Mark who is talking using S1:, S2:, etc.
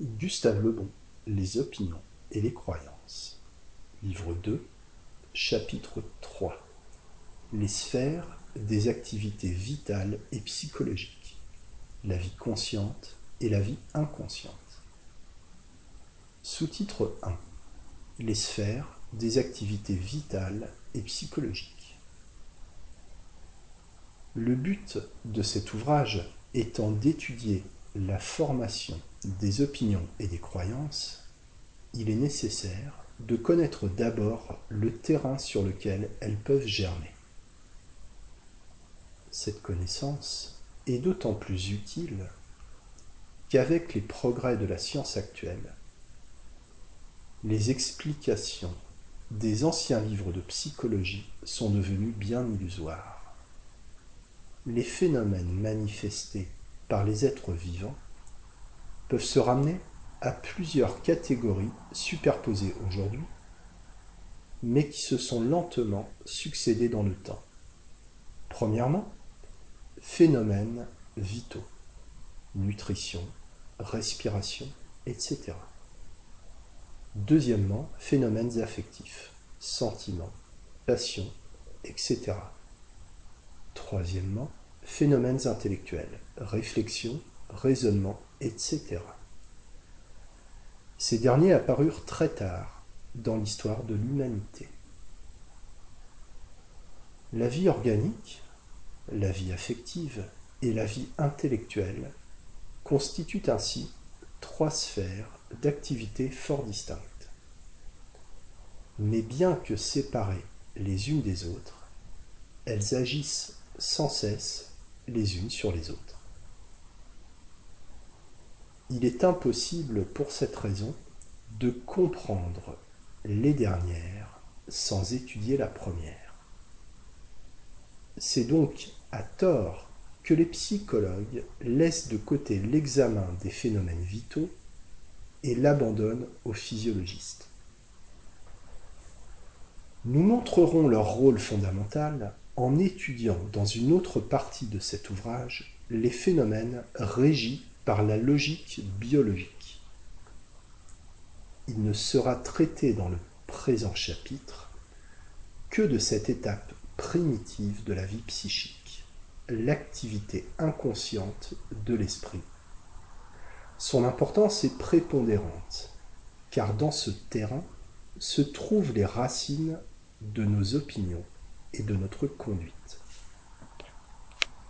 S1: Gustave Le Bon, Les opinions et les croyances. Livre 2, chapitre 3. Les sphères des activités vitales et psychologiques. La vie consciente et la vie inconsciente. Sous-titre 1. Les sphères des activités vitales et psychologiques. Le but de cet ouvrage étant d'étudier la formation des opinions et des croyances, il est nécessaire de connaître d'abord le terrain sur lequel elles peuvent germer. Cette connaissance est d'autant plus utile qu'avec les progrès de la science actuelle, les explications des anciens livres de psychologie sont devenues bien illusoires. Les phénomènes manifestés par les êtres vivants peuvent se ramener à plusieurs catégories superposées aujourd'hui, mais qui se sont lentement succédées dans le temps. Premièrement, phénomènes vitaux, nutrition, respiration, etc. Deuxièmement, phénomènes affectifs, sentiments, passions, etc. Troisièmement, phénomènes intellectuels, réflexion, raisonnement, etc. Ces derniers apparurent très tard dans l'histoire de l'humanité. La vie organique, la vie affective et la vie intellectuelle constituent ainsi trois sphères d'activité fort distinctes. Mais bien que séparées les unes des autres, elles agissent sans cesse les unes sur les autres. Il est impossible pour cette raison de comprendre les dernières sans étudier la première. C'est donc à tort que les psychologues laissent de côté l'examen des phénomènes vitaux et l'abandonnent aux physiologistes. Nous montrerons leur rôle fondamental en étudiant dans une autre partie de cet ouvrage les phénomènes régis par la logique biologique. Il ne sera traité dans le présent chapitre que de cette étape primitive de la vie psychique, l'activité inconsciente de l'esprit. Son importance est prépondérante, car dans ce terrain se trouvent les racines de nos opinions et de notre conduite.